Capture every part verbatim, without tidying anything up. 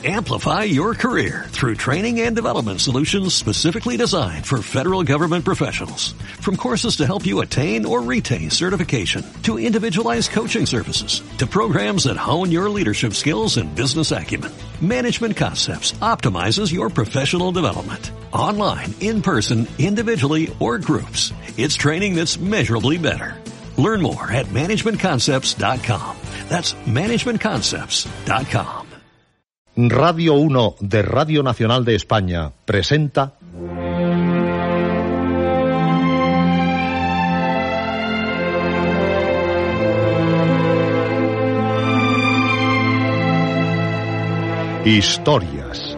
Amplify your career through training and development solutions specifically designed for federal government professionals. From courses to help you attain or retain certification, to individualized coaching services, to programs that hone your leadership skills and business acumen, Management Concepts optimizes your professional development. Online, in person, individually, or groups. It's training that's measurably better. Learn more at management concepts dot com. That's management concepts dot com. Radio uno de Radio Nacional de España presenta Historias.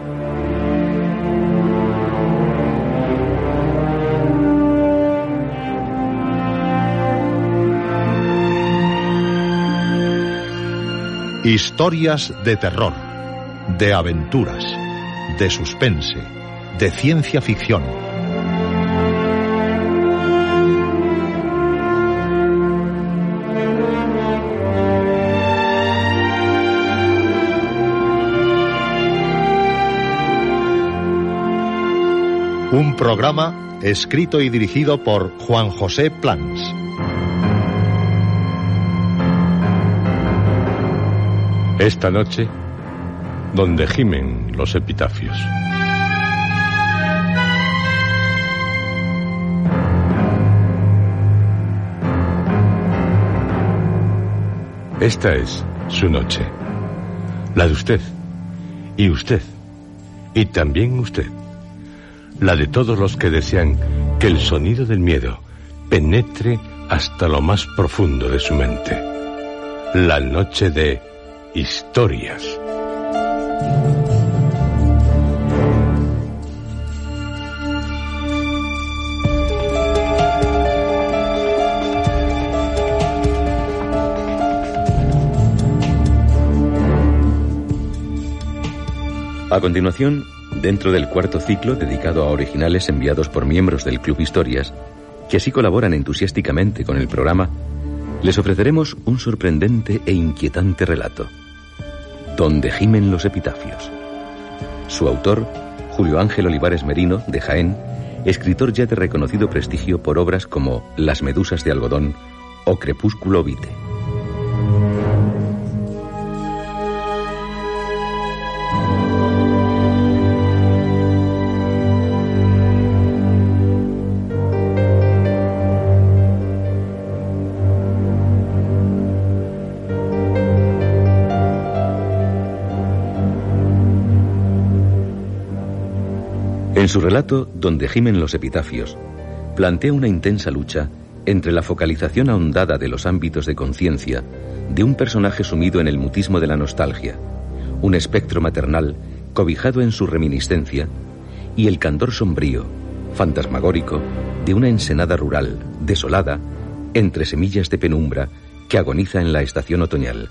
Historias de terror, de aventuras, de suspense, de ciencia ficción. Un programa escrito y dirigido por Juan José Plans. Esta noche, donde gimen los epitafios. Esta es su noche, la de usted, y usted, y también usted, la de todos los que desean que el sonido del miedo penetre hasta lo más profundo de su mente. La noche de Historias. A continuación, dentro del cuarto ciclo dedicado a originales enviados por miembros del Club Historias, que así colaboran entusiásticamente con el programa, les ofreceremos un sorprendente e inquietante relato. Donde gimen los epitafios. Su autor, Julio Ángel Olivares Merino, de Jaén, escritor ya de reconocido prestigio por obras como Las medusas de algodón o Crepúsculo Vitae. En su relato, Donde gimen los epitafios, plantea una intensa lucha entre la focalización ahondada de los ámbitos de conciencia de un personaje sumido en el mutismo de la nostalgia, un espectro maternal cobijado en su reminiscencia, y el candor sombrío, fantasmagórico, de una ensenada rural, desolada, entre semillas de penumbra que agoniza en la estación otoñal.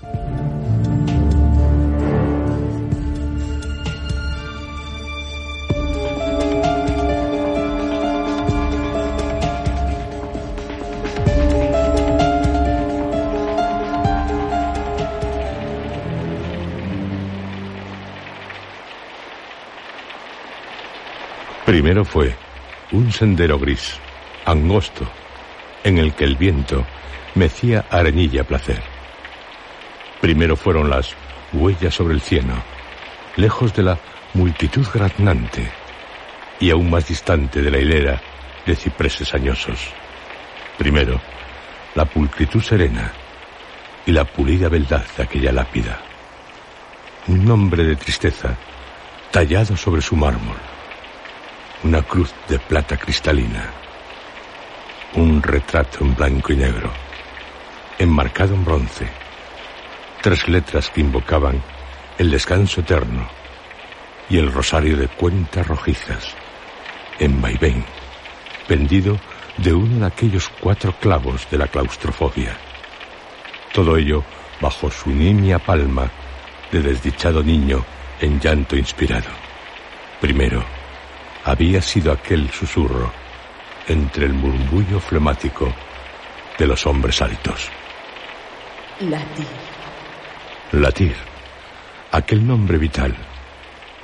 Primero fue un sendero gris, angosto, en el que el viento mecía arenilla a placer. Primero fueron las huellas sobre el cieno, lejos de la multitud graznante y aún más distante de la hilera de cipreses añosos. Primero, la pulcritud serena y la pulida beldad de aquella lápida. Un nombre de tristeza tallado sobre su mármol. Una cruz de plata cristalina. Un retrato en blanco y negro, enmarcado en bronce. Tres letras que invocaban el descanso eterno y el rosario de cuentas rojizas, en vaivén, pendido de uno de aquellos cuatro clavos de la claustrofobia. Todo ello bajo su nimia palma de desdichado niño en llanto inspirado. Primero, había sido aquel susurro entre el murmullo flemático de los hombres altos. Latir. Latir, aquel nombre vital,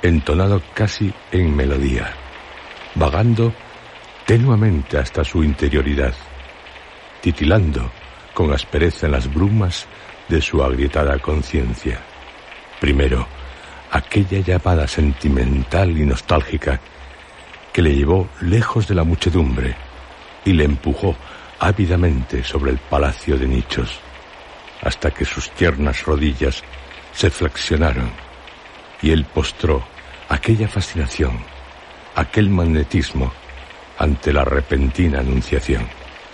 entonado casi en melodía, vagando tenuamente hasta su interioridad, titilando con aspereza en las brumas de su agrietada conciencia. Primero, aquella llamada sentimental y nostálgica que le llevó lejos de la muchedumbre y le empujó ávidamente sobre el palacio de nichos, hasta que sus tiernas rodillas se flexionaron y él postró aquella fascinación, aquel magnetismo ante la repentina anunciación.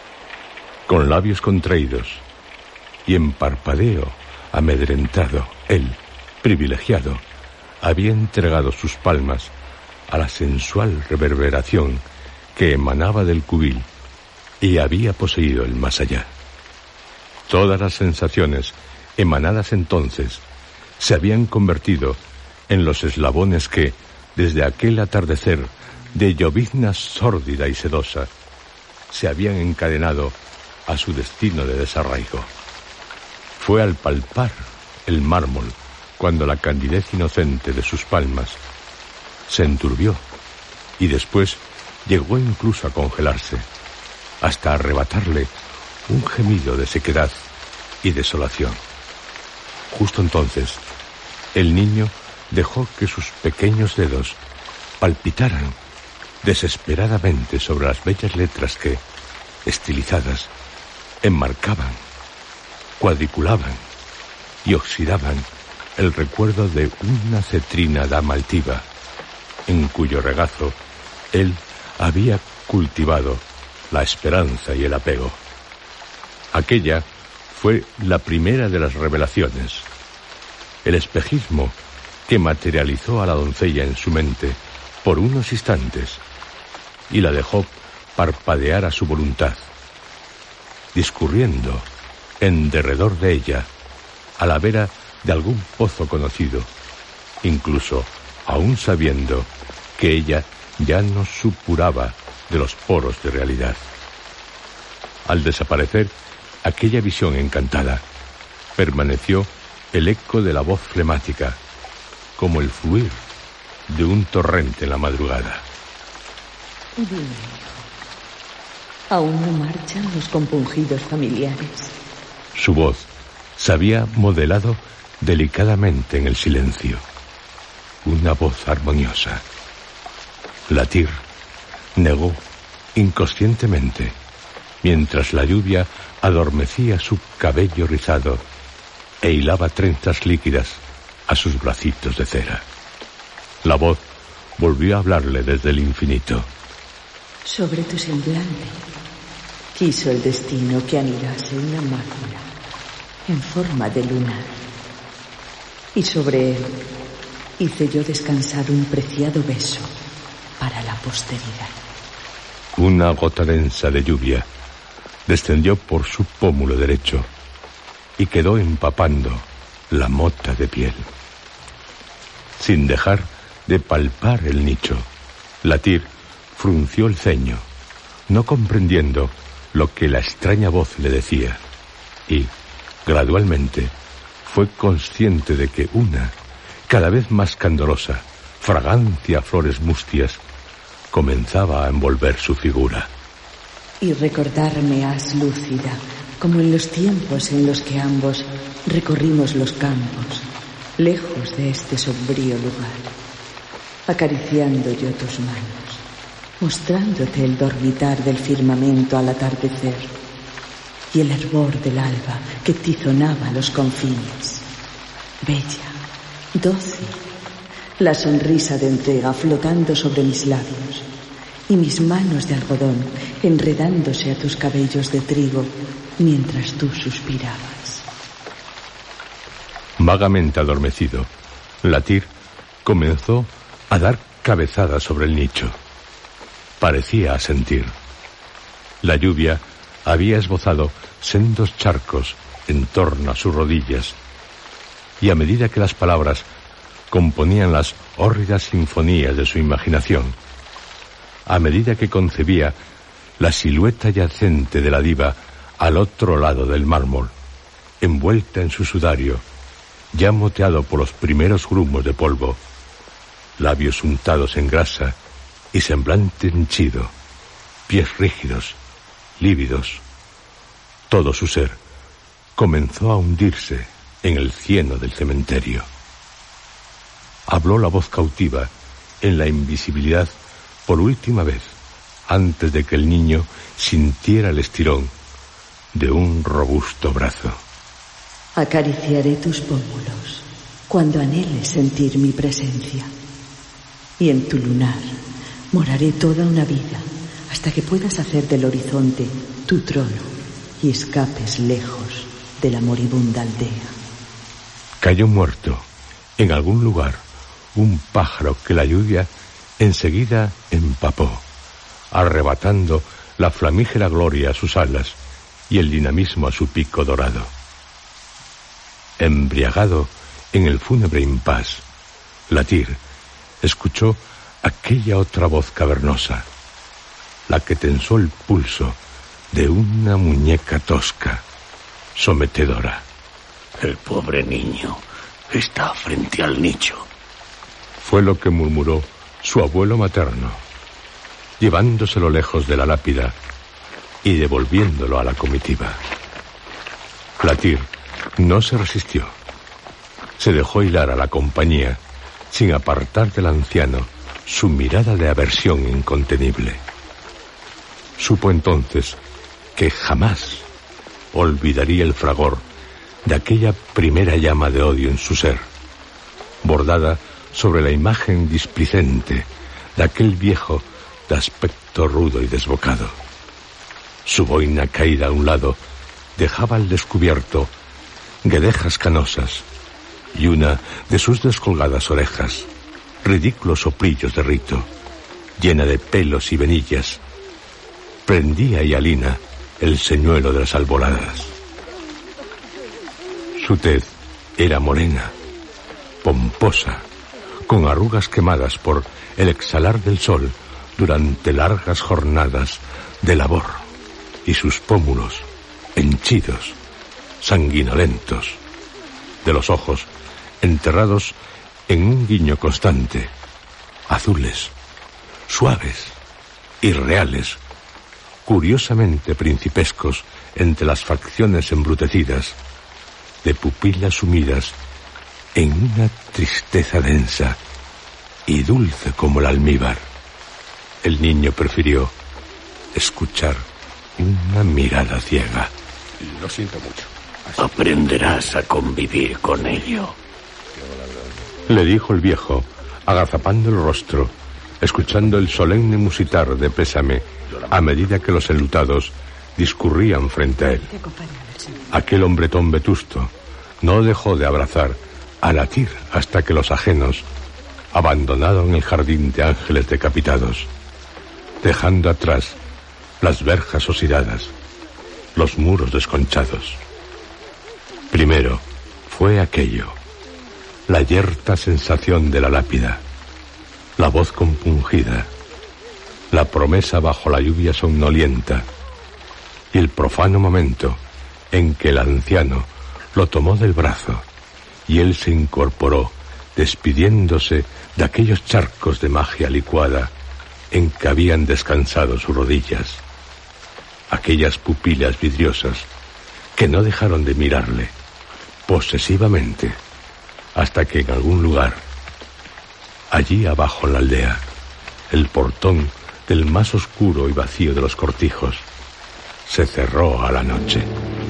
Con labios contraídos y en parpadeo amedrentado, él, privilegiado, había entregado sus palmas a la sensual reverberación que emanaba del cubil y había poseído el más allá. Todas las sensaciones emanadas entonces se habían convertido en los eslabones que, desde aquel atardecer de llovizna sórdida y sedosa, se habían encadenado a su destino de desarraigo. Fue al palpar el mármol cuando la candidez inocente de sus palmas se enturbió y después llegó incluso a congelarse, hasta arrebatarle un gemido de sequedad y desolación. Justo entonces, el niño dejó que sus pequeños dedos palpitaran desesperadamente sobre las bellas letras que, estilizadas, enmarcaban, cuadriculaban y oxidaban el recuerdo de una cetrina dama altiva, en cuyo regazo él había cultivado la esperanza y el apego. Aquella fue la primera de las revelaciones, el espejismo que materializó a la doncella en su mente por unos instantes y la dejó parpadear a su voluntad, discurriendo en derredor de ella a la vera de algún pozo conocido, incluso aún sabiendo que ella ya no supuraba de los poros de realidad. Al desaparecer aquella visión encantada, permaneció el eco de la voz flemática, como el fluir de un torrente en la madrugada. Dime, ¿aún no marchan los compungidos familiares? Su voz se había modelado delicadamente en el silencio. Una voz armoniosa. Latir negó inconscientemente, mientras la lluvia adormecía su cabello rizado e hilaba trenzas líquidas a sus bracitos de cera. La voz volvió a hablarle desde el infinito. Sobre tu semblante quiso el destino que anidase una mácula en forma de lunar, y sobre él hice yo descansar un preciado beso para la posteridad. Una gota densa de lluvia descendió por su pómulo derecho y quedó empapando la mota de piel. Sin dejar de palpar el nicho, Latir frunció el ceño, no comprendiendo lo que la extraña voz le decía, y, gradualmente, fue consciente de que una, cada vez más candorosa, fragancia a flores mustias, comenzaba a envolver su figura. Y recordarme has lúcida, como en los tiempos en los que ambos recorrimos los campos, lejos de este sombrío lugar, acariciando yo tus manos, mostrándote el dormitar del firmamento al atardecer y el hervor del alba que tizonaba los confines. Bella, dócil, la sonrisa de entrega flotando sobre mis labios y mis manos de algodón enredándose a tus cabellos de trigo mientras tú suspirabas. Vagamente adormecido, Latir comenzó a dar cabezadas sobre el nicho. Parecía asentir. La lluvia había esbozado sendos charcos en torno a sus rodillas, y a medida que las palabras componían las hórridas sinfonías de su imaginación, a medida que concebía la silueta yacente de la diva al otro lado del mármol, envuelta en su sudario, ya moteado por los primeros grumos de polvo, labios untados en grasa y semblante henchido, pies rígidos, lívidos. Todo su ser comenzó a hundirse en el cieno del cementerio. Habló la voz cautiva en la invisibilidad por última vez, antes de que el niño sintiera el estirón de un robusto brazo. Acariciaré tus pómulos cuando anheles sentir mi presencia. Y en tu lunar moraré toda una vida hasta que puedas hacer del horizonte tu trono y escapes lejos de la moribunda aldea. Cayó muerto en algún lugar un pájaro que la lluvia enseguida empapó, arrebatando la flamígera gloria a sus alas y el dinamismo a su pico dorado. Embriagado en el fúnebre impas, Latir escuchó aquella otra voz cavernosa, la que tensó el pulso de una muñeca tosca, sometedora. El pobre niño está frente al nicho. Fue lo que murmuró su abuelo materno, llevándoselo lejos de la lápida y devolviéndolo a la comitiva. Latir no se resistió. Se dejó hilar a la compañía sin apartar del anciano su mirada de aversión incontenible. Supo entonces que jamás olvidaría el fragor de aquella primera llama de odio en su ser, bordada sobre la imagen displicente de aquel viejo de aspecto rudo y desbocado. Su boina caída a un lado dejaba al descubierto guedejas canosas y una de sus descolgadas orejas, ridículos soplillos de rito, llena de pelos y venillas, prendía y alina el señuelo de las alboladas. Su tez era morena, pomposa, con arrugas quemadas por el exhalar del sol durante largas jornadas de labor, y sus pómulos henchidos, sanguinolentos, de los ojos enterrados en un guiño constante, azules, suaves, irreales, curiosamente principescos entre las facciones embrutecidas, de pupilas sumidas en una tristeza densa y dulce como el almíbar. El niño prefirió escuchar una mirada ciega. Lo siento mucho. Así aprenderás a convivir con ello, le dijo el viejo, agazapando el rostro, escuchando el solemne musitar de pésame a medida que los enlutados discurrían frente a él. Aquel hombretón vetusto no dejó de abrazar a Latir hasta que los ajenos abandonaron el jardín de ángeles decapitados, dejando atrás las verjas oxidadas, los muros desconchados. Primero fue aquello, la yerta sensación de la lápida, la voz compungida, la promesa bajo la lluvia somnolienta y el profano momento en que el anciano lo tomó del brazo y él se incorporó despidiéndose de aquellos charcos de magia licuada en que habían descansado sus rodillas, aquellas pupilas vidriosas que no dejaron de mirarle posesivamente hasta que en algún lugar, allí abajo en la aldea, el portón del más oscuro y vacío de los cortijos se cerró a la noche.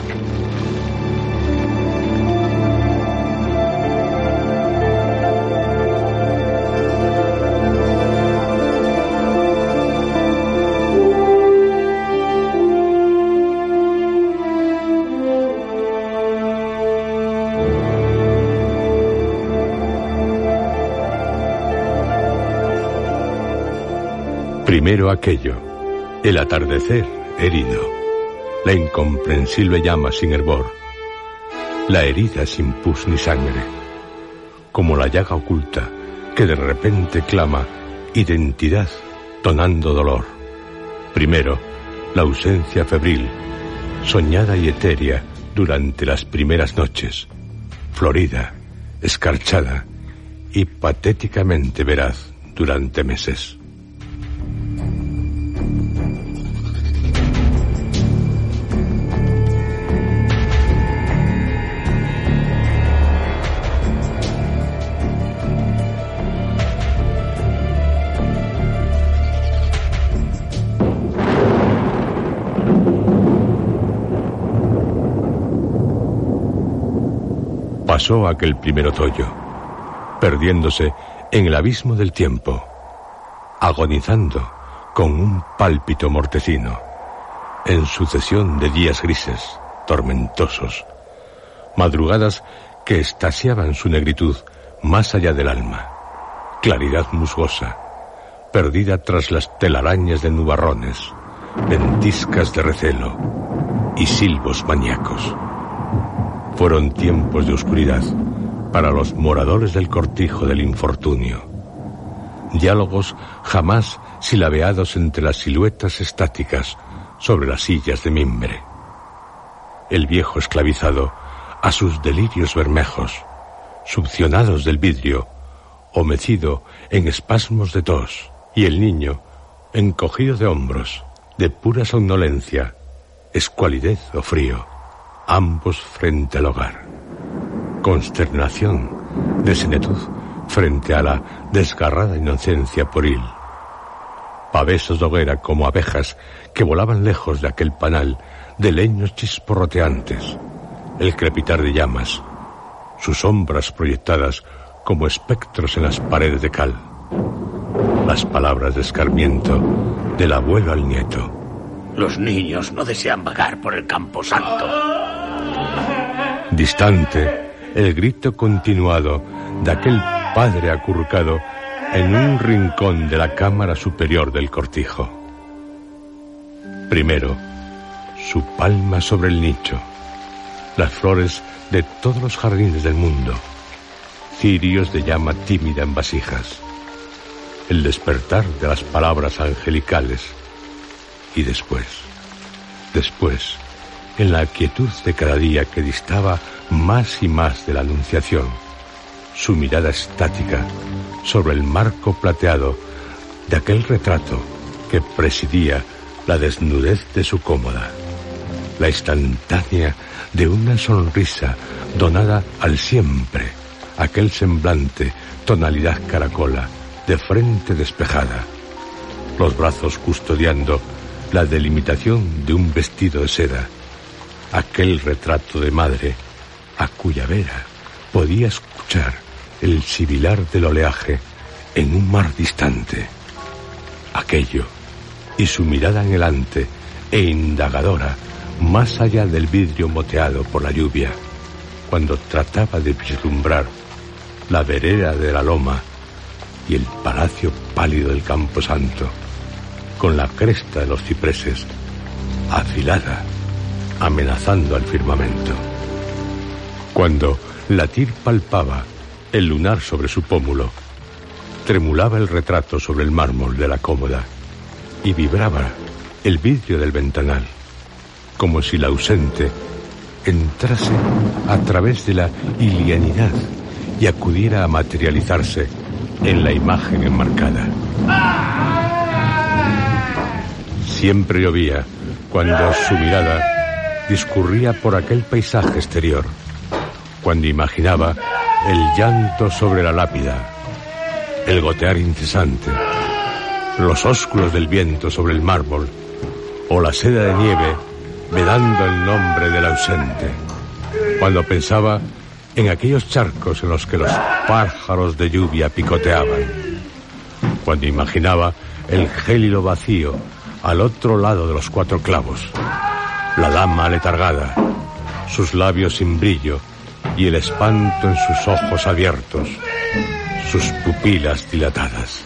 Primero aquello, el atardecer herido, la incomprensible llama sin hervor, la herida sin pus ni sangre, como la llaga oculta que de repente clama identidad tonando dolor. Primero, la ausencia febril, soñada y etérea durante las primeras noches, florida, escarchada y patéticamente veraz durante meses. Pasó aquel primer otoño, perdiéndose en el abismo del tiempo, agonizando con un pálpito mortecino, en sucesión de días grises, tormentosos, madrugadas que estasiaban su negritud más allá del alma, claridad musgosa, perdida tras las telarañas de nubarrones, ventiscas de recelo y silbos maníacos. Fueron tiempos de oscuridad para los moradores del cortijo del infortunio. Diálogos jamás silabeados entre las siluetas estáticas sobre las sillas de mimbre. El viejo esclavizado a sus delirios bermejos, succionados del vidrio o mecido en espasmos de tos, y el niño encogido de hombros, de pura somnolencia, escualidez o frío, ambos frente al hogar. Consternación de senectud frente a la desgarrada inocencia pueril. Pavesos de hoguera como abejas que volaban lejos de aquel panal de leños chisporroteantes. El crepitar de llamas, sus sombras proyectadas como espectros en las paredes de cal. Las palabras de escarmiento del abuelo al nieto. Los niños no desean vagar por el camposanto. Distante, el grito continuado de aquel padre acurrucado en un rincón de la cámara superior del cortijo. Primero, su palma sobre el nicho, las flores de todos los jardines del mundo, cirios de llama tímida en vasijas, el despertar de las palabras angelicales, y después, después, en la quietud de cada día que distaba más y más de la Anunciación, su mirada estática sobre el marco plateado de aquel retrato que presidía la desnudez de su cómoda, la instantánea de una sonrisa donada al siempre, aquel semblante, tonalidad caracola, de frente despejada, los brazos custodiando la delimitación de un vestido de seda, aquel retrato de madre a cuya vera podía escuchar el sibilar del oleaje en un mar distante. Aquello y su mirada anhelante e indagadora más allá del vidrio moteado por la lluvia, cuando trataba de vislumbrar la vereda de la loma y el palacio pálido del camposanto, con la cresta de los cipreses afilada, amenazando al firmamento. Cuando Latir palpaba el lunar sobre su pómulo, tremulaba el retrato sobre el mármol de la cómoda y vibraba el vidrio del ventanal, como si la ausente entrase a través de la ilianidad y acudiera a materializarse en la imagen enmarcada. Siempre llovía cuando su mirada discurría por aquel paisaje exterior, cuando imaginaba el llanto sobre la lápida, el gotear incesante, los ósculos del viento sobre el mármol, o la seda de nieve vedando el nombre del ausente, cuando pensaba en aquellos charcos en los que los pájaros de lluvia picoteaban, cuando imaginaba el gélido vacío al otro lado de los cuatro clavos, la dama aletargada, sus labios sin brillo y el espanto en sus ojos abiertos, sus pupilas dilatadas.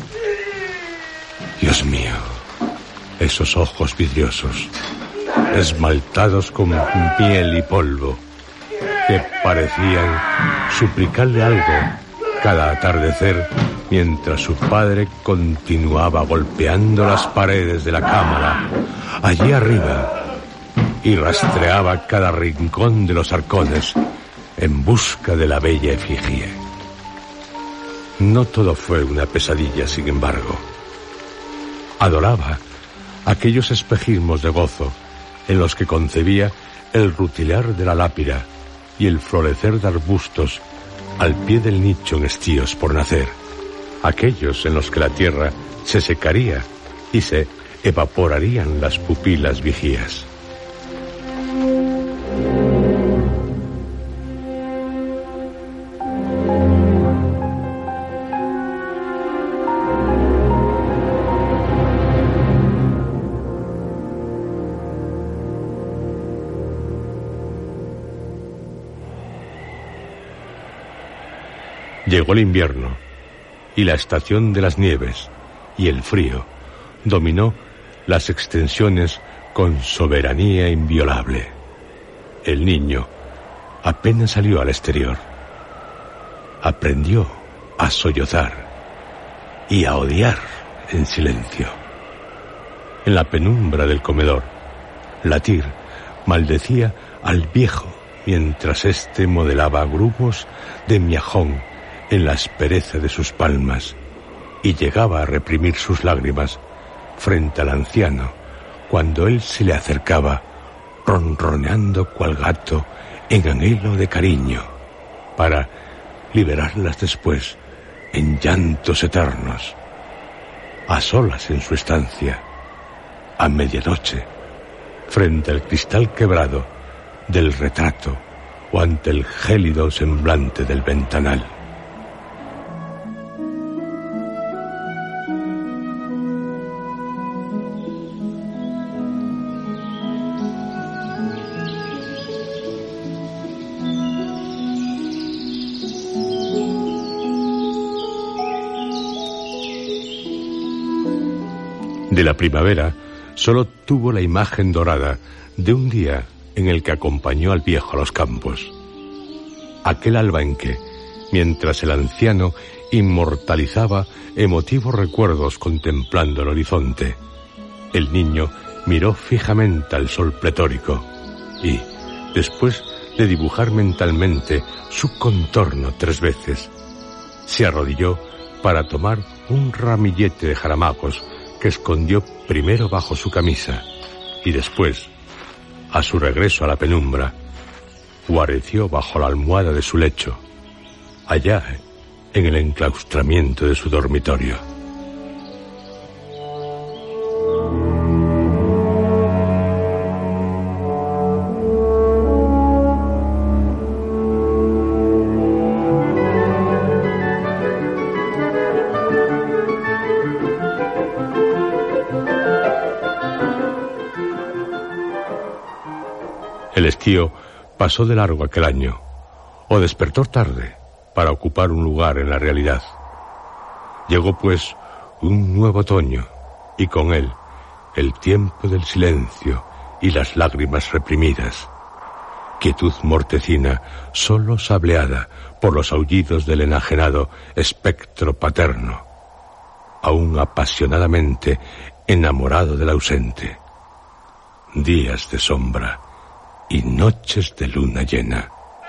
Dios mío, esos ojos vidriosos, esmaltados con miel y polvo, que parecían suplicarle algo cada atardecer mientras su padre continuaba golpeando las paredes de la cámara allí arriba y rastreaba cada rincón de los arcones en busca de la bella efigie. No todo fue una pesadilla, sin embargo. Adoraba aquellos espejismos de gozo en los que concebía el rutilar de la lápida y el florecer de arbustos al pie del nicho en estíos por nacer, aquellos en los que la tierra se secaría y se evaporarían las pupilas vigías. Llegó el invierno, y la estación de las nieves y el frío dominó las extensiones con soberanía inviolable. El niño apenas salió al exterior. Aprendió a sollozar y a odiar en silencio. En la penumbra del comedor, Latir maldecía al viejo mientras éste modelaba grumos de miajón en la aspereza de sus palmas y llegaba a reprimir sus lágrimas frente al anciano cuando él se le acercaba ronroneando cual gato en anhelo de cariño para liberarlas después en llantos eternos. A solas en su estancia, a medianoche, frente al cristal quebrado del retrato o ante el gélido semblante del ventanal. De la primavera solo tuvo la imagen dorada de un día en el que acompañó al viejo a los campos. Aquel alba en que, mientras el anciano inmortalizaba emotivos recuerdos contemplando el horizonte, el niño miró fijamente al sol pletórico y, después de dibujar mentalmente su contorno tres veces, se arrodilló para tomar un ramillete de jaramagos que escondió primero bajo su camisa y después, a su regreso a la penumbra, guareció bajo la almohada de su lecho, allá en el enclaustramiento de su dormitorio. El estío pasó de largo aquel año, o despertó tarde para ocupar un lugar en la realidad. Llegó pues un nuevo otoño, y con él el tiempo del silencio y las lágrimas reprimidas. Quietud mortecina, solo sableada por los aullidos del enajenado espectro paterno, aún apasionadamente enamorado del ausente. Días de sombra y noches de luna llena.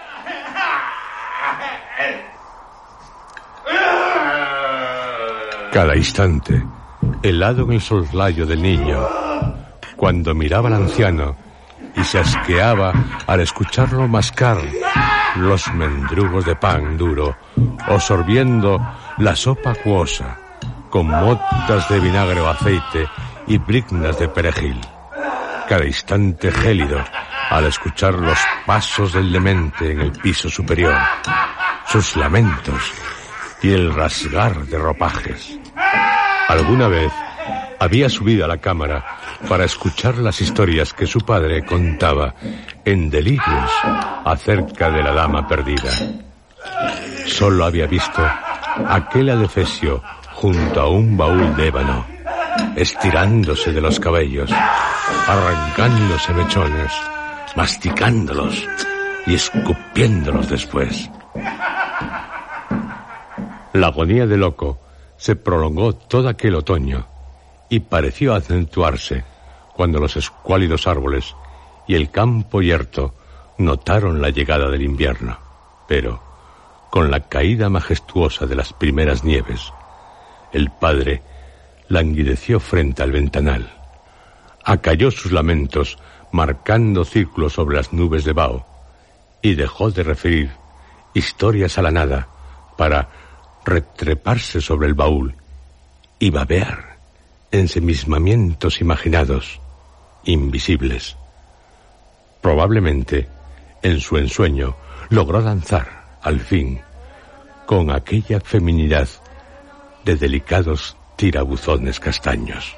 Cada instante, helado en el soslayo del niño, cuando miraba al anciano y se asqueaba al escucharlo mascar los mendrugos de pan duro o sorbiendo la sopa acuosa con motas de vinagre o aceite y briznas de perejil. Cada instante gélido al escuchar los pasos del demente en el piso superior, sus lamentos y el rasgar de ropajes. Alguna vez había subido a la cámara para escuchar las historias que su padre contaba en delirios acerca de la dama perdida. Solo había visto aquel adefesio junto a un baúl de ébano, estirándose de los cabellos, arrancándose mechones, masticándolos y escupiéndolos después. La agonía de loco se prolongó todo aquel otoño y pareció acentuarse cuando los escuálidos árboles y el campo yerto notaron la llegada del invierno. Pero, con la caída majestuosa de las primeras nieves, el padre languideció frente al ventanal, acalló sus lamentos marcando círculos sobre las nubes de vaho y dejó de referir historias a la nada para retreparse sobre el baúl y babear ensimismamientos imaginados, invisibles. Probablemente, en su ensueño, logró danzar, al fin, con aquella feminidad de delicados tirabuzones castaños.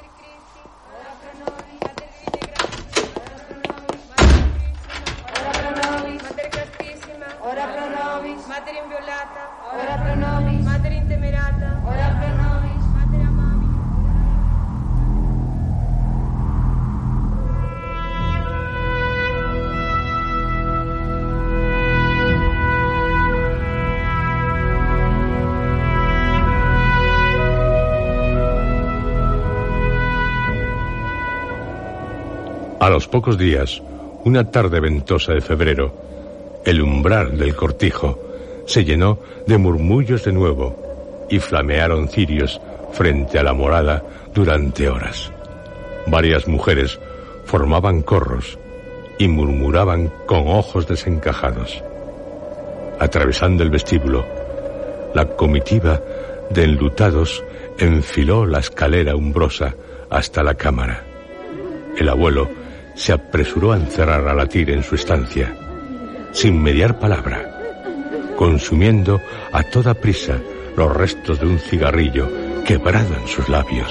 A los pocos días, una tarde ventosa de febrero, el umbral del cortijo se llenó de murmullos de nuevo y flamearon cirios frente a la morada durante horas. Varias mujeres formaban corros y murmuraban con ojos desencajados. Atravesando el vestíbulo, la comitiva de enlutados enfiló la escalera umbrosa hasta la cámara. El abuelo se apresuró a encerrar a Latir en su estancia, sin mediar palabra, consumiendo a toda prisa los restos de un cigarrillo quebrado en sus labios.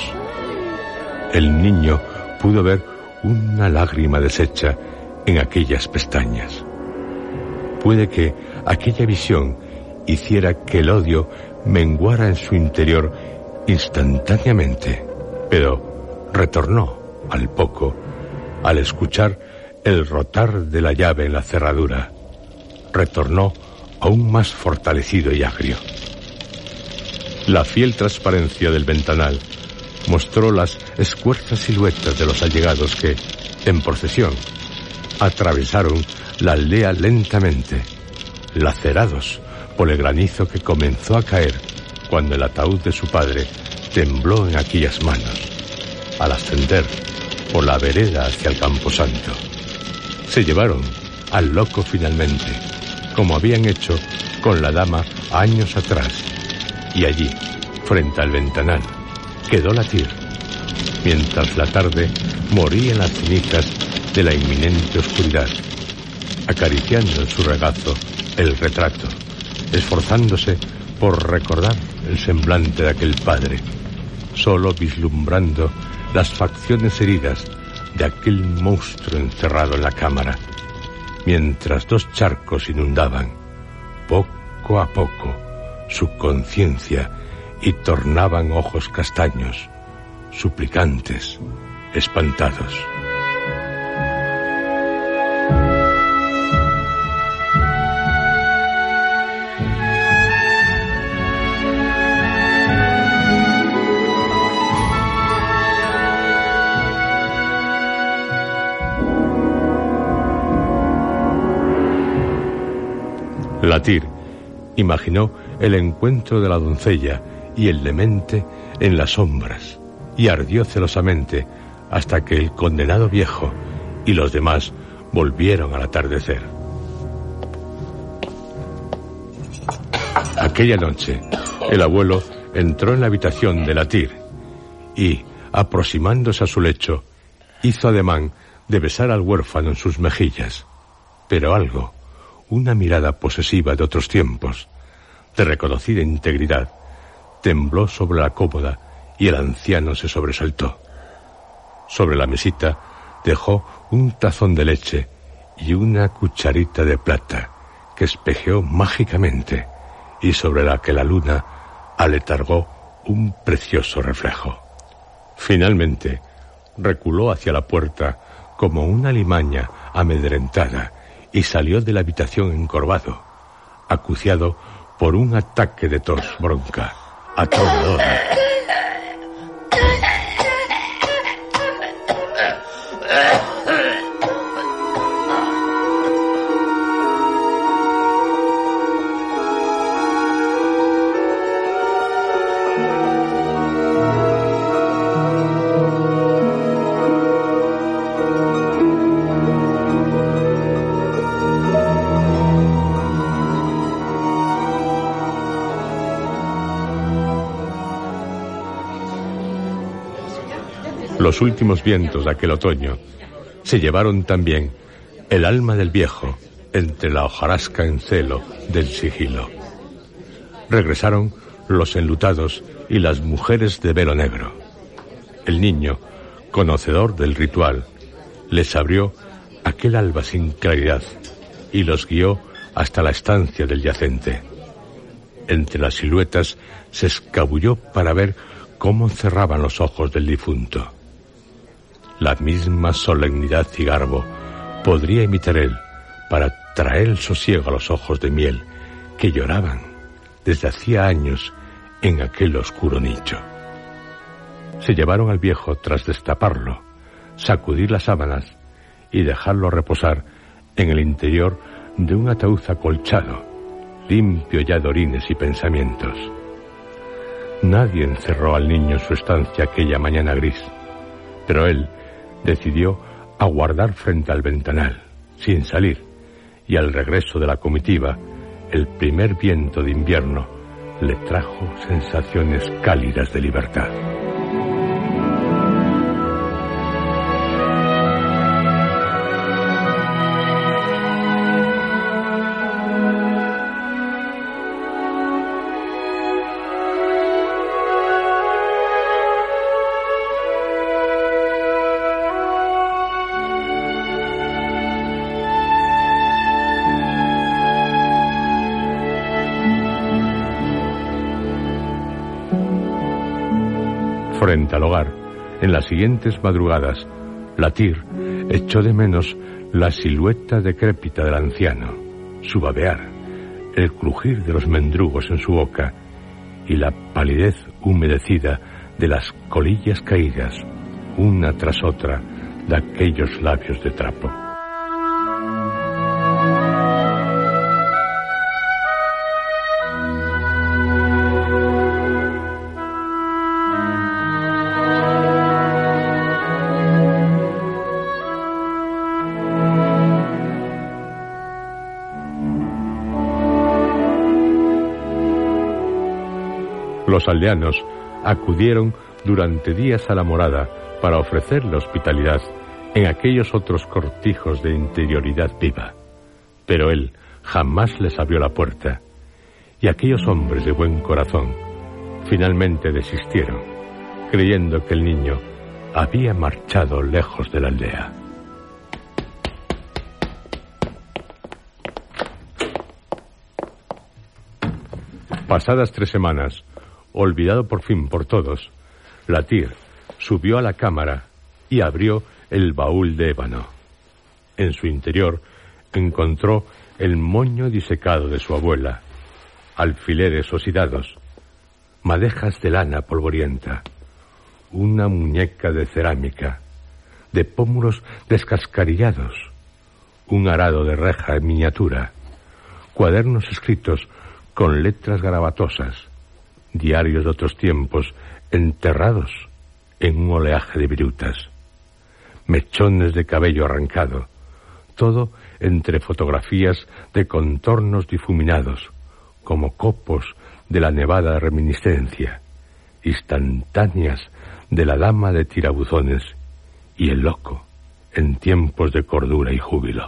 El niño pudo ver una lágrima deshecha en aquellas pestañas. Puede que aquella visión hiciera que el odio menguara en su interior instantáneamente, pero retornó al poco al escuchar el rotar de la llave en la cerradura. Retornó aún más fortalecido y agrio. La fiel transparencia del ventanal mostró las escuerzas siluetas de los allegados que, en procesión, atravesaron la aldea lentamente, lacerados por el granizo que comenzó a caer cuando el ataúd de su padre tembló en aquellas manos, al ascender por la vereda hacia el camposanto. Se llevaron al loco finalmente, como habían hecho con la dama años atrás, y allí, frente al ventanal, quedó Latir, mientras la tarde moría en las cenizas de la inminente oscuridad, acariciando en su regazo el retrato, esforzándose por recordar el semblante de aquel padre, solo vislumbrando las facciones heridas de aquel monstruo encerrado en la cámara, mientras dos charcos inundaban, poco a poco, su conciencia y tornaban ojos castaños, suplicantes, espantados. Latir imaginó el encuentro de la doncella y el demente en las sombras y ardió celosamente hasta que el condenado viejo y los demás volvieron al atardecer. Aquella noche, el abuelo entró en la habitación de Latir y, aproximándose a su lecho, hizo ademán de besar al huérfano en sus mejillas, pero algo, una mirada posesiva de otros tiempos, de reconocida integridad, tembló sobre la cómoda y el anciano se sobresaltó. Sobre la mesita dejó un tazón de leche y una cucharita de plata que espejeó mágicamente y sobre la que la luna aletargó un precioso reflejo. Finalmente reculó hacia la puerta como una alimaña amedrentada y salió de la habitación encorvado, acuciado por un ataque de tos bronca, atronadora. Los últimos vientos de aquel otoño se llevaron también el alma del viejo entre la hojarasca en celo del sigilo. Regresaron los enlutados y las mujeres de velo negro. El niño, conocedor del ritual, les abrió aquel alba sin claridad y los guió hasta la estancia del yacente. Entre las siluetas se escabulló para ver cómo cerraban los ojos del difunto. La misma solemnidad y garbo podría imitar él para traer el sosiego a los ojos de miel que lloraban desde hacía años en aquel oscuro nicho. Se llevaron al viejo tras destaparlo, sacudir las sábanas y dejarlo reposar en el interior de un ataúd acolchado, limpio ya de orines y pensamientos. Nadie encerró al niño en su estancia aquella mañana gris, pero él decidió aguardar frente al ventanal, sin salir, y al regreso de la comitiva, el primer viento de invierno le trajo sensaciones cálidas de libertad. Frente al hogar, en las siguientes madrugadas, la Tir echó de menos la silueta decrépita del anciano, su babear, el crujir de los mendrugos en su boca y la palidez humedecida de las colillas caídas, una tras otra, de aquellos labios de trapo. Los aldeanos acudieron durante días a la morada para ofrecerle hospitalidad en aquellos otros cortijos de interioridad viva. Pero él jamás les abrió la puerta, y aquellos hombres de buen corazón finalmente desistieron, creyendo que el niño había marchado lejos de la aldea. Pasadas tres semanas, olvidado por fin por todos, la Tir subió a la cámara y abrió el baúl de ébano. En su interior encontró el moño disecado de su abuela, alfileres oxidados, madejas de lana polvorienta, una muñeca de cerámica, de pómulos descascarillados, un arado de reja en miniatura, cuadernos escritos con letras garabatosas, diarios de otros tiempos enterrados en un oleaje de virutas, mechones de cabello arrancado, todo entre fotografías de contornos difuminados, como copos de la nevada reminiscencia, instantáneas de la dama de tirabuzones y el loco en tiempos de cordura y júbilo.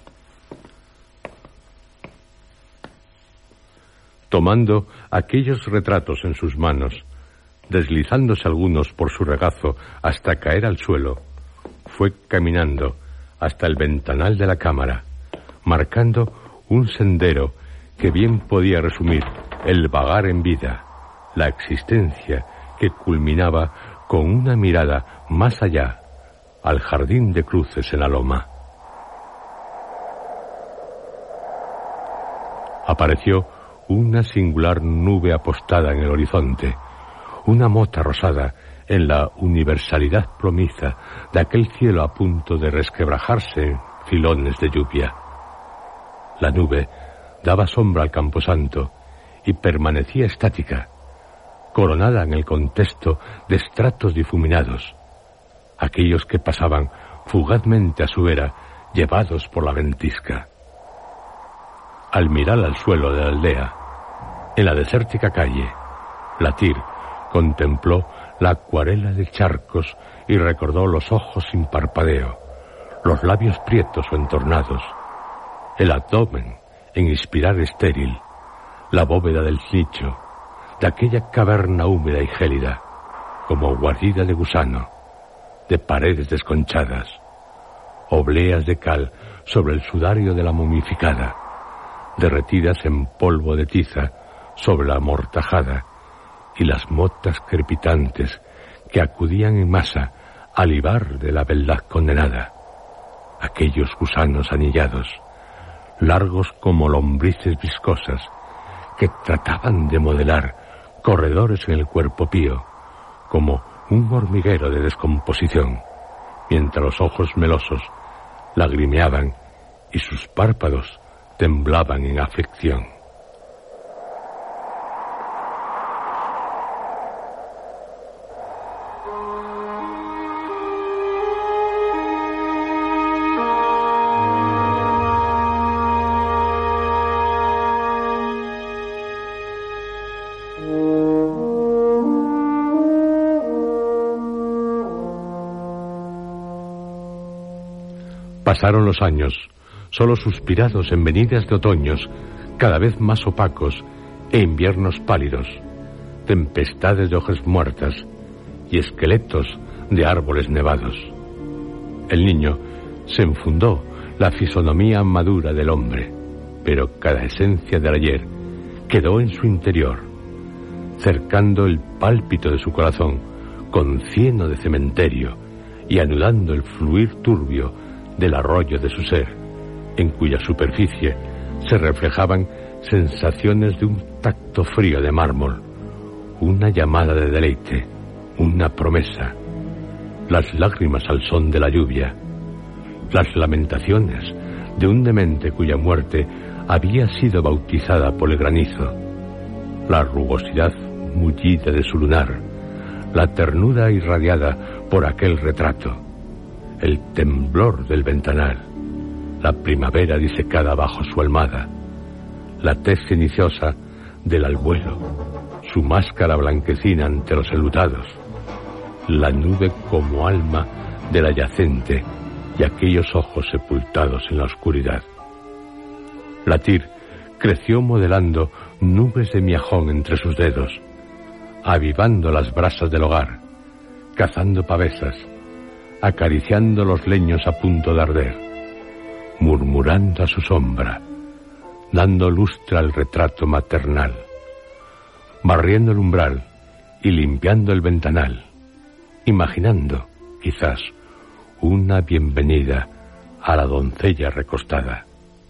Tomando aquellos retratos en sus manos, deslizándose algunos por su regazo hasta caer al suelo, fue caminando hasta el ventanal de la cámara, marcando un sendero que bien podía resumir el vagar en vida, la existencia que culminaba con una mirada más allá, al jardín de cruces en la loma. Apareció una singular nube apostada en el horizonte, una mota rosada en la universalidad plomiza de aquel cielo a punto de resquebrajarse en filones de lluvia. La nube daba sombra al camposanto y permanecía estática, coronada en el contexto de estratos difuminados, aquellos que pasaban fugazmente a su vera, llevados por la ventisca. Al mirar al suelo de la aldea, en la desértica calle, la Tir Contempló la acuarela de charcos y recordó los ojos sin parpadeo, los labios prietos o entornados, el abdomen en inspirar estéril, la bóveda del nicho, de aquella caverna húmeda y gélida, como guarida de gusano, de paredes desconchadas, obleas de cal sobre el sudario de la momificada, derretidas en polvo de tiza sobre la amortajada, y las motas crepitantes que acudían en masa al libar de la beldad condenada, aquellos gusanos anillados, largos como lombrices viscosas, que trataban de modelar corredores en el cuerpo pío, como un hormiguero de descomposición, mientras los ojos melosos lagrimeaban y sus párpados temblaban en aflicción. Pasaron los años, solo suspirados en venidas de otoños cada vez más opacos e inviernos pálidos, tempestades de hojas muertas y esqueletos de árboles nevados. El niño se enfundó la fisonomía madura del hombre, pero cada esencia del ayer quedó en su interior, cercando el pálpito de su corazón con cieno de cementerio y anudando el fluir turbio del arroyo de su ser, en cuya superficie se reflejaban sensaciones de un tacto frío de mármol, una llamada de deleite, una promesa, las lágrimas al son de la lluvia, las lamentaciones de un demente cuya muerte había sido bautizada por el granizo, la rugosidad mullida de su lunar, la ternura irradiada por aquel retrato, el temblor del ventanal, la primavera disecada bajo su almada, la tez ceniciosa del albuelo, su máscara blanquecina ante los enlutados, la nube como alma de la yacente y aquellos ojos sepultados en la oscuridad. La tir creció modelando nubes de miajón entre sus dedos, avivando las brasas del hogar, cazando pavesas, acariciando los leños a punto de arder, murmurando a su sombra, dando lustre al retrato maternal, barriendo el umbral y limpiando el ventanal, imaginando, quizás, una bienvenida a la doncella recostada.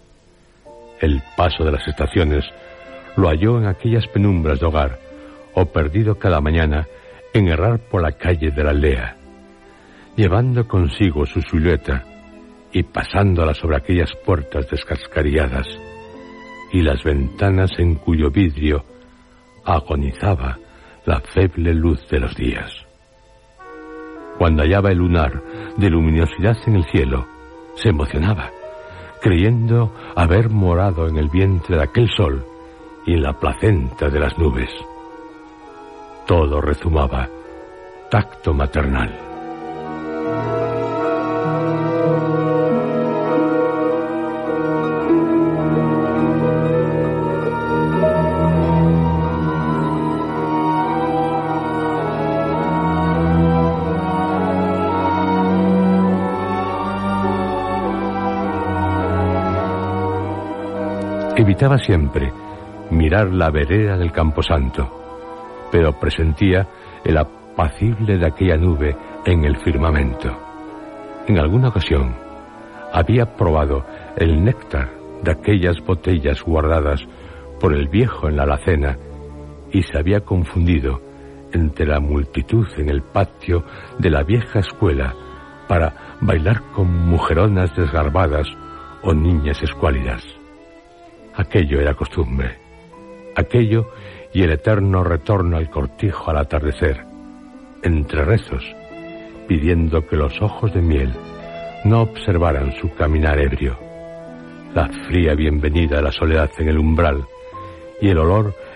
El paso de las estaciones lo halló en aquellas penumbras de hogar, o perdido cada mañana en errar por la calle de la aldea, llevando consigo su silueta y pasándola sobre aquellas puertas descascarilladas y las ventanas en cuyo vidrio agonizaba la feble luz de los días. Cuando hallaba el lunar de luminosidad en el cielo, se emocionaba, creyendo haber morado en el vientre de aquel sol y en la placenta de las nubes. Todo rezumaba tacto maternal. Evitaba siempre mirar la vereda del camposanto, pero presentía el apacible de aquella nube en el firmamento. En alguna ocasión había probado el néctar de aquellas botellas guardadas por el viejo en la alacena y se había confundido entre la multitud en el patio de la vieja escuela para bailar con mujeronas desgarbadas o niñas escuálidas. Aquello era costumbre, aquello y el eterno retorno al cortijo al atardecer, entre rezos, pidiendo que los ojos de miel no observaran su caminar ebrio, la fría bienvenida a la soledad en el umbral y el olor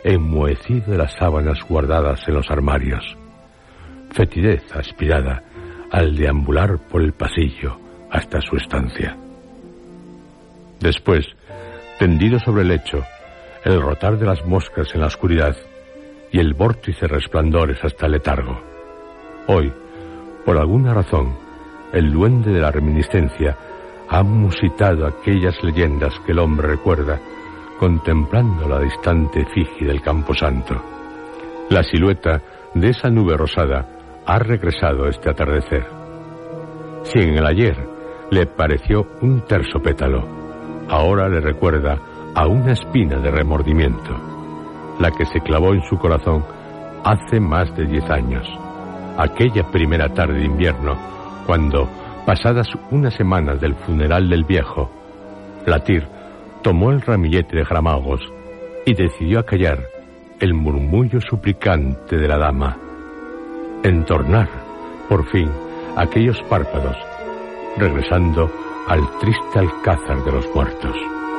enmohecido de las sábanas guardadas en los armarios, fetidez aspirada al deambular por el pasillo hasta su estancia. Después, tendido sobre el lecho, el rotar de las moscas en la oscuridad y el vórtice resplandores hasta el letargo. Hoy, por alguna razón, el duende de la reminiscencia ha musitado aquellas leyendas que el hombre recuerda contemplando la distante efigie del camposanto. La silueta de esa nube rosada ha regresado este atardecer. Si en el ayer le pareció un terso pétalo, ahora le recuerda a una espina de remordimiento, la que se clavó en su corazón hace más de diez años, aquella primera tarde de invierno, cuando, pasadas unas semanas del funeral del viejo, Latir tomó el ramillete de jaramagos y decidió acallar el murmullo suplicante de la dama, entornar, por fin, aquellos párpados, regresando al triste alcázar de los muertos.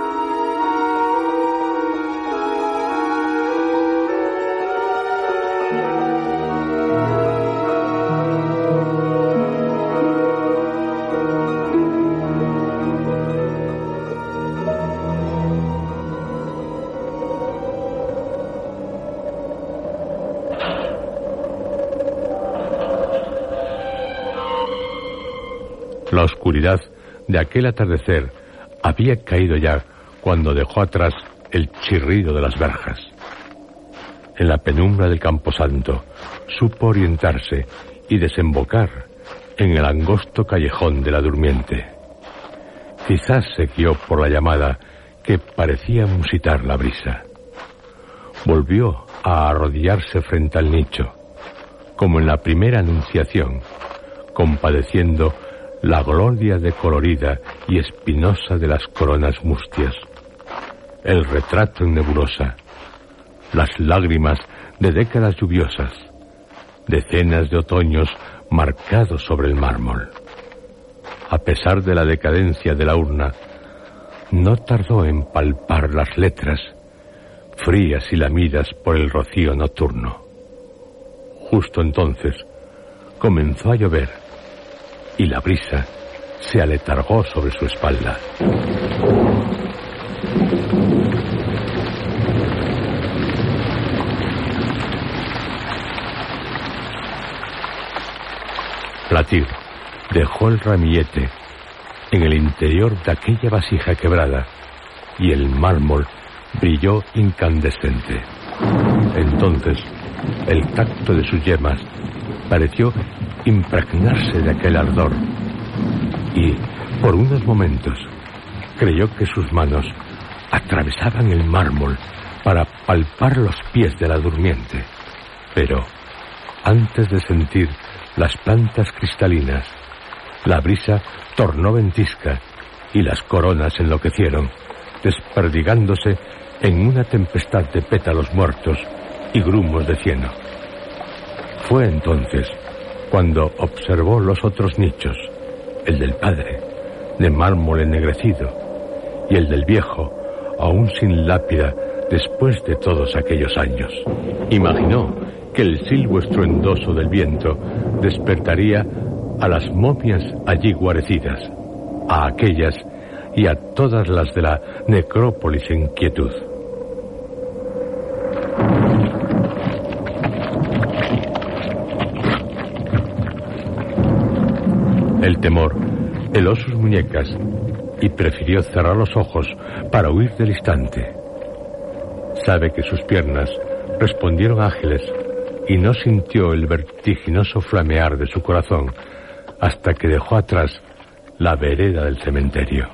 La oscuridad de aquel atardecer había caído ya cuando dejó atrás el chirrido de las verjas. En la penumbra del camposanto supo orientarse y desembocar en el angosto callejón de la durmiente. Quizás se guió por la llamada que parecía musitar la brisa. Volvió a arrodillarse frente al nicho, como en la primera anunciación, compadeciendo la gloria decolorida y espinosa de las coronas mustias, el retrato en nebulosa, las lágrimas de décadas lluviosas, decenas de otoños marcados sobre el mármol. A pesar de la decadencia de la urna, no tardó en palpar las letras, frías y lamidas por el rocío nocturno. Justo entonces comenzó a llover y la brisa se aletargó sobre su espalda. Latir dejó el ramillete en el interior de aquella vasija quebrada y el mármol brilló incandescente. Entonces, el tacto de sus yemas pareció impregnarse de aquel ardor y, por unos momentos, creyó que sus manos atravesaban el mármol para palpar los pies de la durmiente. Pero, antes de sentir las plantas cristalinas, la brisa tornó ventisca y las coronas enloquecieron, desperdigándose en una tempestad de pétalos muertos y grumos de cieno. Fue entonces cuando observó los otros nichos, el del padre, de mármol ennegrecido, y el del viejo, aún sin lápida después de todos aquellos años. Imaginó que el silbo estruendoso del viento despertaría a las momias allí guarecidas, a aquellas y a todas las de la necrópolis en quietud. El temor heló sus muñecas y prefirió cerrar los ojos para huir del instante. Sabe que sus piernas respondieron ágiles y no sintió el vertiginoso flamear de su corazón hasta que dejó atrás la vereda del cementerio.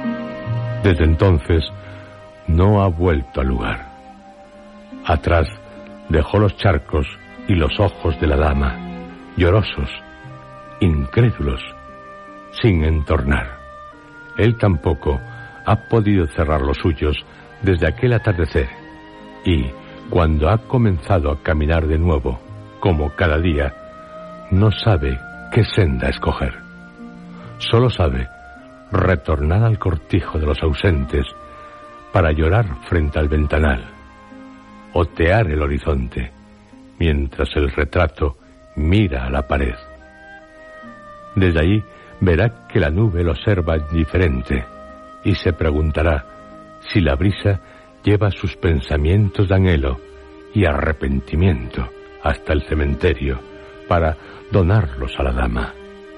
Desde entonces no ha vuelto al lugar. Atrás dejó los charcos y los ojos de la dama, llorosos, incrédulos, sin entornar. Él tampoco ha podido cerrar los suyos desde aquel atardecer, y cuando ha comenzado a caminar de nuevo, como cada día, no sabe qué senda escoger. Solo sabe retornar al cortijo de los ausentes para llorar frente al ventanal, otear el horizonte, mientras el retrato mira a la pared. Desde allí verá que la nube lo observa indiferente y se preguntará si la brisa lleva sus pensamientos de anhelo y arrepentimiento hasta el cementerio para donarlos a la dama.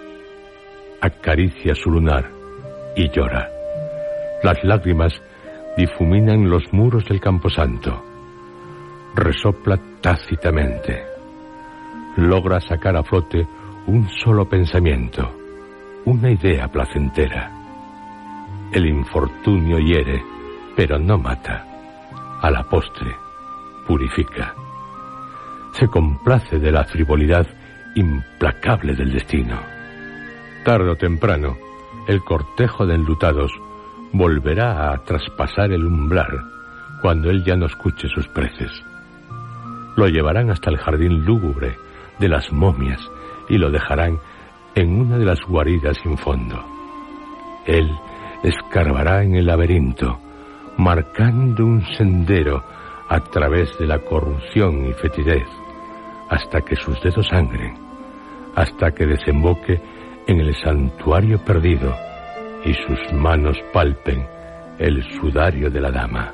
Acaricia su lunar y llora. Las lágrimas difuminan los muros del camposanto. Resopla tácitamente. Logra sacar a flote un solo pensamiento, una idea placentera. El infortunio hiere, pero no mata. A la postre, purifica. Se complace de la frivolidad implacable del destino. Tarde o temprano, el cortejo de enlutados volverá a traspasar el umbral cuando él ya no escuche sus preces. Lo llevarán hasta el jardín lúgubre de las momias y lo dejarán en una de las guaridas sin fondo. Él escarbará en el laberinto, marcando un sendero a través de la corrupción y fetidez, hasta que sus dedos sangren, hasta que desemboque en el santuario perdido y sus manos palpen el sudario de la dama.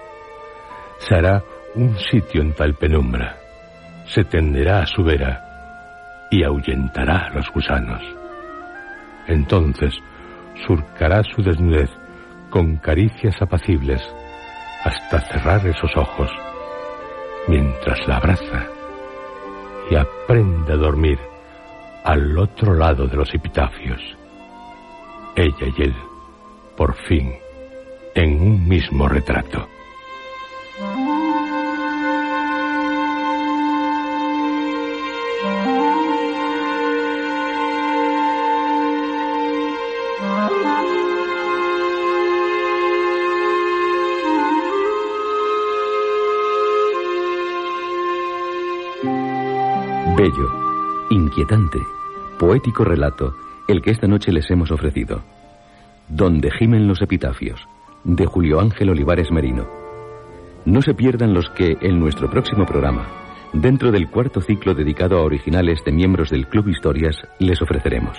Se hará un sitio en tal penumbra, se tenderá a su vera y ahuyentará a los gusanos. Entonces surcará su desnudez con caricias apacibles hasta cerrar esos ojos, mientras la abraza y aprende a dormir al otro lado de los epitafios. Ella y él, por fin, en un mismo retrato. Bello, inquietante, poético relato el que esta noche les hemos ofrecido. Donde gimen los epitafios, de Julio Ángel Olivares Merino. No se pierdan los que, en nuestro próximo programa, dentro del cuarto ciclo dedicado a originales de miembros del Club Historias, les ofreceremos.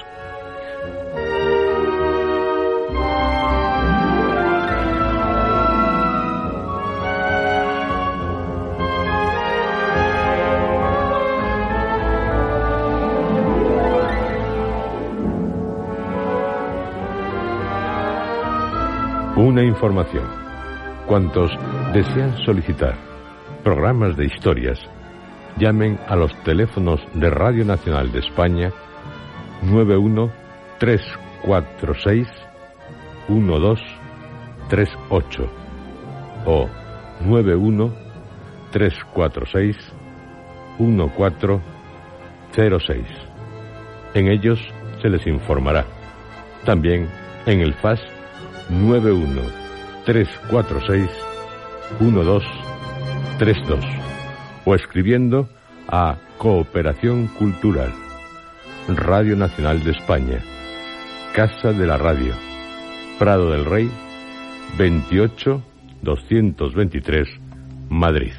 Una información. Cuantos desean solicitar programas de historias, llamen a los teléfonos de Radio Nacional de España nueve uno tres cuatro seis uno dos tres ocho o nueve uno tres cuatro seis uno cuatro cero seis. En ellos se les informará. También en el F A S nueve uno tres cuatro seis uno dos tres dos o escribiendo a Cooperación Cultural, Radio Nacional de España, Casa de la Radio, Prado del Rey, veintiocho doscientos veintitrés, Madrid.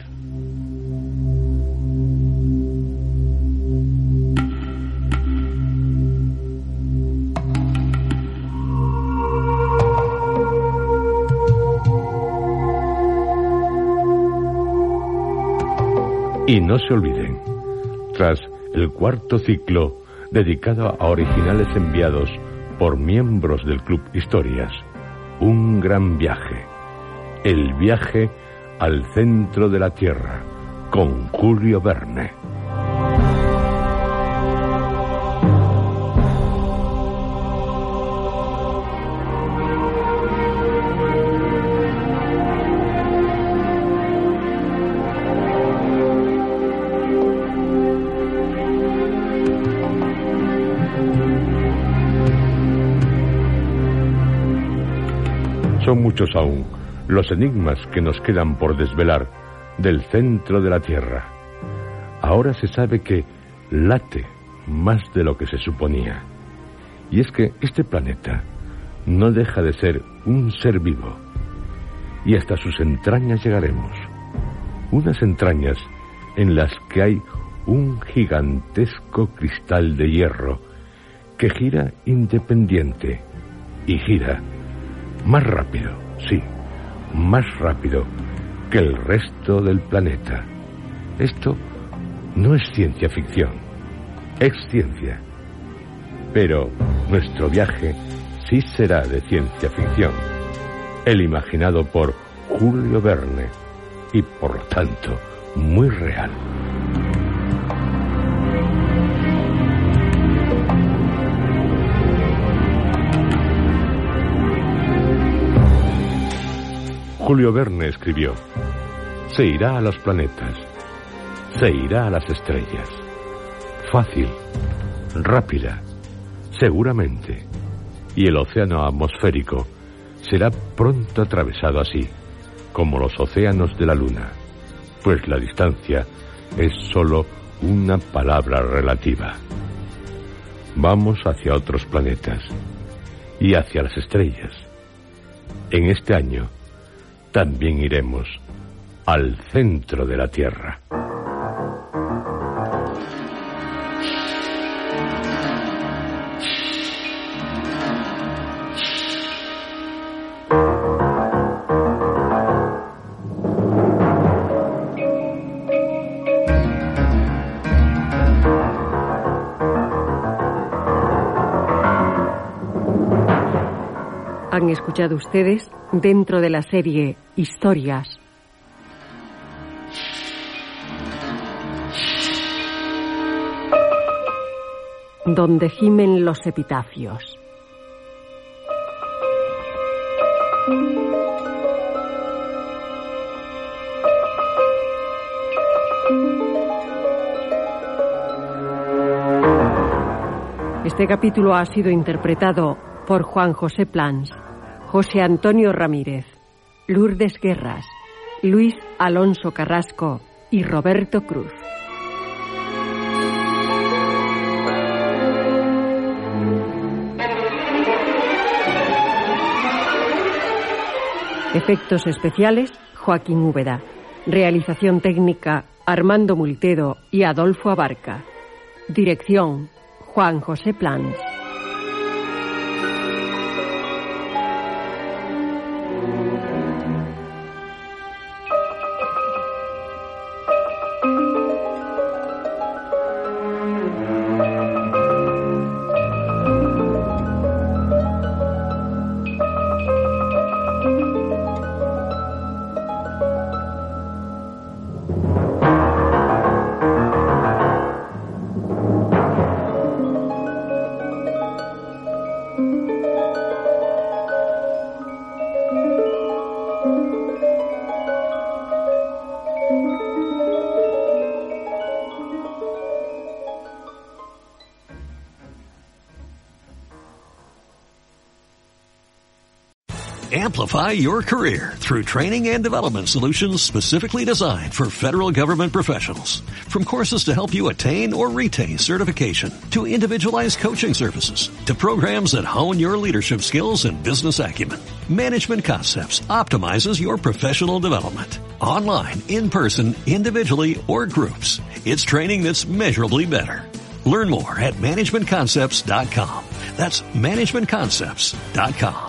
Y no se olviden, tras el cuarto ciclo dedicado a originales enviados por miembros del Club Historias, un gran viaje, el viaje al centro de la Tierra, con Julio Verne. Son muchos aún los enigmas que nos quedan por desvelar del centro de la Tierra. Ahora se sabe que late más de lo que se suponía. Y es que este planeta no deja de ser un ser vivo. Y hasta sus entrañas llegaremos. Unas entrañas en las que hay un gigantesco cristal de hierro que gira independiente y gira más rápido, sí, más rápido que el resto del planeta. Esto no es ciencia ficción, es ciencia. Pero nuestro viaje sí será de ciencia ficción, el imaginado por Julio Verne y por lo tanto muy real. Julio Verne escribió: se irá a los planetas, se irá a las estrellas. Fácil, rápida, seguramente. Y el océano atmosférico será pronto atravesado así, como los océanos de la Luna, pues la distancia es solo una palabra relativa. Vamos hacia otros planetas y hacia las estrellas. En este año también iremos al centro de la Tierra. Han escuchado ustedes dentro de la serie Historias. Donde gimen los epitafios. Este capítulo ha sido interpretado por Juan José Plans, José Antonio Ramírez, Lourdes Guerras, Luis Alonso Carrasco y Roberto Cruz. Efectos especiales, Joaquín Úbeda. Realización técnica, Armando Multedo y Adolfo Abarca. Dirección, Juan José Plans. Amplify your career through training and development solutions specifically designed for federal government professionals. From courses to help you attain or retain certification, to individualized coaching services, to programs that hone your leadership skills and business acumen, Management Concepts optimizes your professional development. Online, in person, individually, or groups, it's training that's measurably better. Learn more at management concepts dot com. That's management concepts dot com.